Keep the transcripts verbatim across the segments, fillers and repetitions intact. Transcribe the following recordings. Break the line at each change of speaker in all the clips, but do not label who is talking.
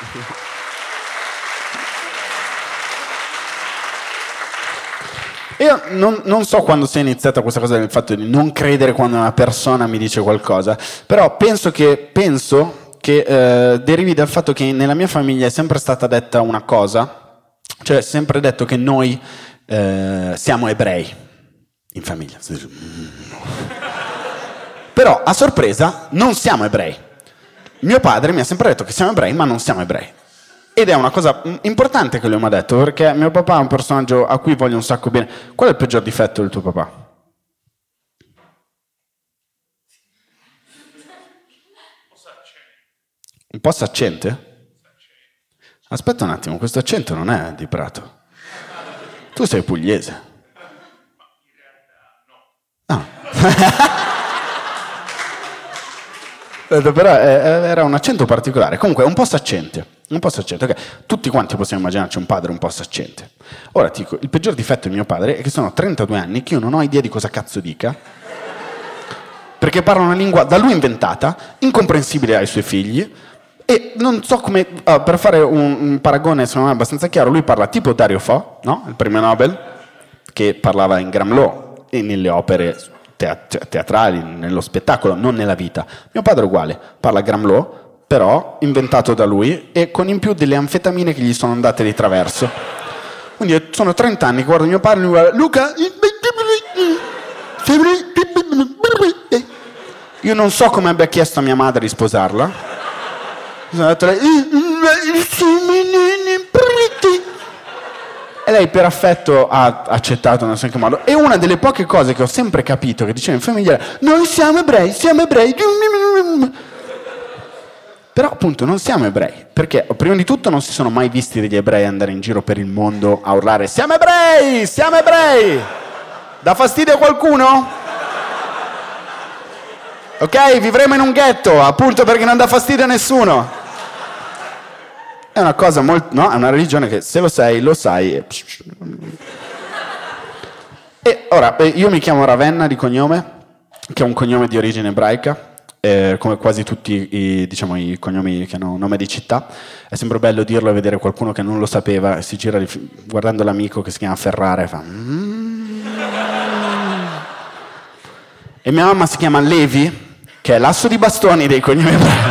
Io non, non so quando sia iniziata questa cosa del fatto di non credere quando una persona mi dice qualcosa, però penso che, penso che eh, derivi dal fatto che nella mia famiglia è sempre stata detta una cosa, cioè è sempre detto che noi eh, siamo ebrei in famiglia. Però a sorpresa non siamo ebrei. Mio padre mi ha sempre detto che siamo ebrei, ma non siamo ebrei. Ed è una cosa importante che lui mi ha detto, perché mio papà è un personaggio a cui voglio un sacco bene. Qual è il peggior difetto del tuo papà? Un po' saccente? Aspetta un attimo, questo accento non è di Prato. Tu sei pugliese. No. Però era un accento particolare. Comunque è un po' saccente. Un po' saccente, ok. Tutti quanti possiamo immaginarci un padre un po' saccente. Ora ti dico, il peggior difetto di mio padre è che sono trentadue anni che io non ho idea di cosa cazzo dica, perché parla una lingua da lui inventata, incomprensibile ai suoi figli, e non so come, uh, per fare un, un paragone secondo me abbastanza chiaro, lui parla tipo Dario Fo, no? Il premio Nobel, che parlava in Gramlow e nelle opere teatrali, nello spettacolo, non nella vita. Mio padre è uguale, parla Gramlow, però inventato da lui e con in più delle anfetamine che gli sono andate di traverso. Quindi sono trenta anni che guardo mio padre e mi guarda, Luca, io non so come abbia chiesto a mia madre di sposarla. Sono detto lei, e lei per affetto ha accettato, non so in che modo. E una delle poche cose che ho sempre capito che diceva in famiglia era, noi siamo ebrei, siamo ebrei. Però appunto non siamo ebrei, perché prima di tutto non si sono mai visti degli ebrei andare in giro per il mondo a urlare siamo ebrei, siamo ebrei! Dà fastidio a qualcuno? Ok, vivremo in un ghetto, appunto perché non dà fastidio a nessuno. È una cosa molto, no? È una religione che se lo sei, lo sai. E, e ora, io mi chiamo Ravenna di cognome, che è un cognome di origine ebraica. Eh, come quasi tutti i, diciamo, i cognomi che hanno nome di città, è sempre bello dirlo e vedere qualcuno che non lo sapeva e si gira di, guardando l'amico che si chiama Ferrara e fa mm. E mia mamma si chiama Levi, che è l'asso di bastoni dei cognomi ebrei.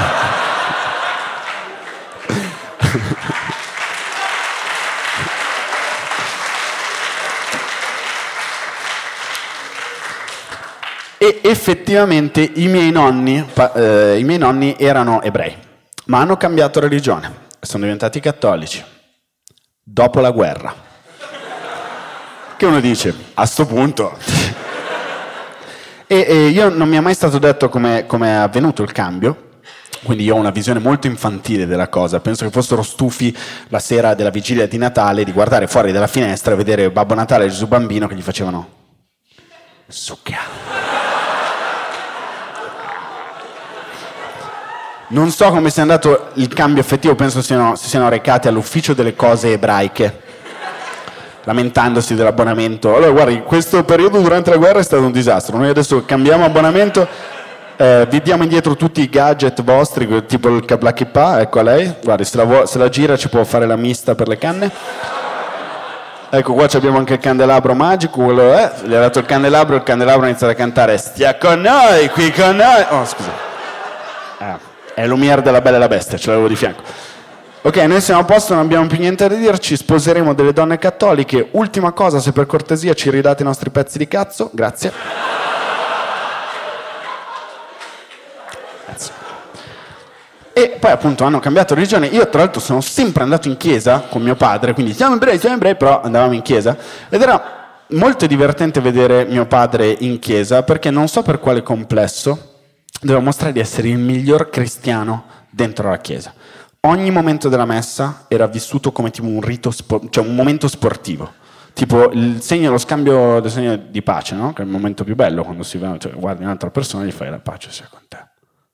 E effettivamente i miei nonni, eh, i miei nonni erano ebrei, ma hanno cambiato religione, sono diventati cattolici, dopo la guerra. Che uno dice, a sto punto. e, e io non mi è mai stato detto come è avvenuto il cambio, quindi io ho una visione molto infantile della cosa, penso che fossero stufi la sera della vigilia di Natale di guardare fuori dalla finestra e vedere Babbo Natale e Gesù Bambino che gli facevano succhia. Non so come sia andato il cambio effettivo, penso siano, si siano recati all'ufficio delle cose ebraiche, lamentandosi dell'abbonamento. Allora, guardi, questo periodo durante la guerra è stato un disastro. Noi adesso cambiamo abbonamento, eh, vi diamo indietro tutti i gadget vostri, tipo il Kabla Kippah, ecco a lei. Guardi, se la, vo- se la gira ci può fare la mista per le canne. Ecco, qua abbiamo anche il candelabro magico, quello è, gli ha dato il candelabro, il candelabro ha iniziato a cantare stia con noi, qui con noi. Oh, scusa. Ah. È Lumière della Bella e la Bestia, ce l'avevo di fianco. Ok, noi siamo a posto, non abbiamo più niente da dirci, sposeremo delle donne cattoliche. Ultima cosa, se per cortesia ci ridate i nostri pezzi di cazzo, grazie. Grazie. E poi appunto hanno cambiato religione. Io tra l'altro sono sempre andato in chiesa con mio padre, quindi siamo ebrei, siamo ebrei, però andavamo in chiesa. Ed era molto divertente vedere mio padre in chiesa, perché non so per quale complesso devo mostrare di essere il miglior cristiano dentro la chiesa. Ogni momento della messa era vissuto come tipo un rito, spo- cioè un momento sportivo. Tipo il segno, lo scambio del segno di pace, no? Che è il momento più bello quando si va, cioè, guardi un'altra persona e gli fai la pace sia con te.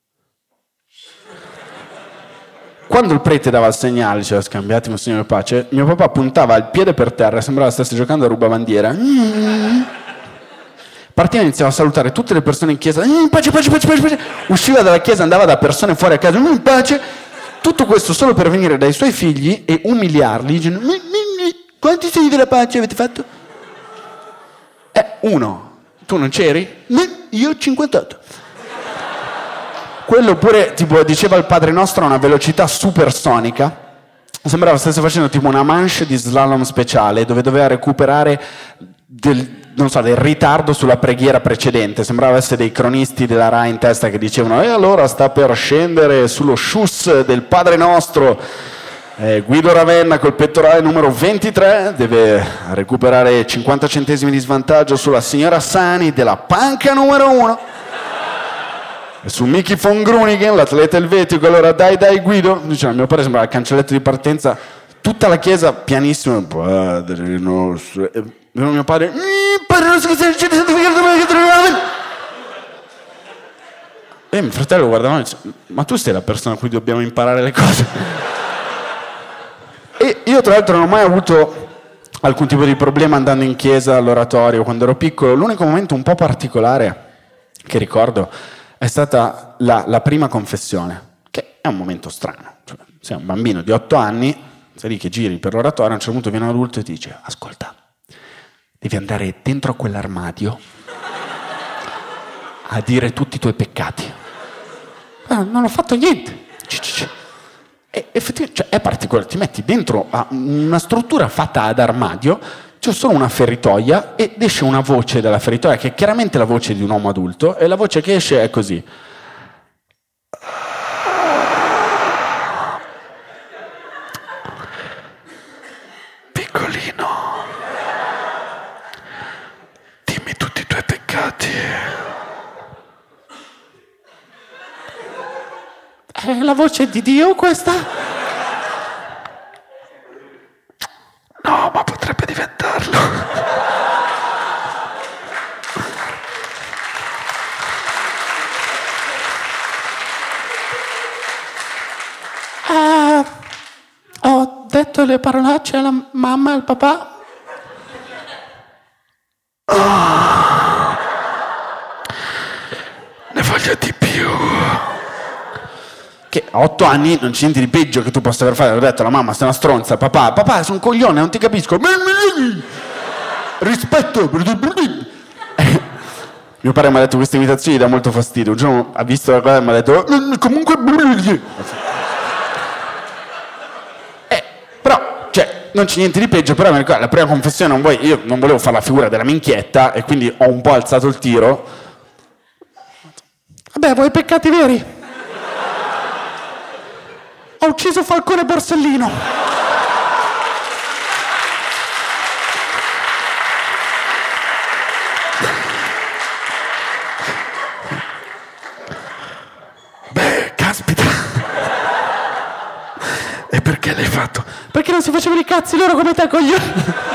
Quando il prete dava il segnale, diceva scambiatemi un segno di pace, mio papà puntava il piede per terra e sembrava stesse giocando a rubabandiera. Mm. Partiva e iniziava a salutare tutte le persone in chiesa, mm, pace, pace, pace, pace, pace. Usciva dalla chiesa, andava da persone fuori a casa, mm, pace. Tutto questo solo per venire dai suoi figli e umiliarli, dicendo, mi, mi, mi, quanti segni della pace avete fatto? Eh, uno. Tu non c'eri? Mi, io cinquantotto. Quello pure, tipo, diceva il Padre Nostro a una velocità supersonica. Sembrava stesse facendo tipo una manche di slalom speciale, dove doveva recuperare del, non so, del ritardo sulla preghiera precedente. Sembrava essere dei cronisti della Rai in testa che dicevano e allora sta per scendere sullo scius del Padre Nostro. Eh, Guido Ravenna col pettorale numero ventitré deve recuperare cinquanta centesimi di svantaggio sulla signora Sani della panca numero uno. E su Mickey von Gruningen, l'atleta elvetico, allora dai dai Guido, diceva, mio padre sembrava il cancelletto di partenza, tutta la chiesa pianissimo, Padre Nostro, e mio padre, Padre Nostro che sei il cielo santificato. E mio fratello guardava e diceva, ma tu sei la persona a cui dobbiamo imparare le cose. E io tra l'altro non ho mai avuto alcun tipo di problema andando in chiesa all'oratorio quando ero piccolo. L'unico momento un po' particolare che ricordo è stata la, la prima confessione, che è un momento strano. Cioè, sei un bambino di otto anni, sei lì che giri per l'oratorio, a un certo punto viene un adulto e ti dice, ascolta, devi andare dentro a quell'armadio a dire tutti i tuoi peccati. Ah, non ho fatto niente. E effettivamente, cioè, è particolare, ti metti dentro a una struttura fatta ad armadio, c'è solo una feritoia ed esce una voce dalla feritoia che è chiaramente la voce di un uomo adulto e la voce che esce è così. Piccolino, dimmi tutti i tuoi peccati. È la voce di Dio questa? No, ma potrebbe diventarlo. Ah, ho detto le parolacce alla mamma e al papà. Oh, ne voglio di più. Che a otto anni non c'è niente di peggio che tu possa aver fatto. Ho detto alla mamma, sei una stronza, papà, papà, sono un coglione, non ti capisco. Rispetto. Mio padre mi ha detto queste imitazioni dà molto fastidio. Un giorno ha visto la cosa e mi ha detto, comunque. Eh, però, cioè, non c'è niente di peggio, però mi ricordo, la prima confessione non vuoi, io non volevo fare la figura della minchietta e quindi ho un po' alzato il tiro. Vabbè, vuoi peccati veri? Ho ucciso Falcone Borsellino. Beh, caspita. E perché l'hai fatto? Perché non si facevano i cazzi loro come te, coglione.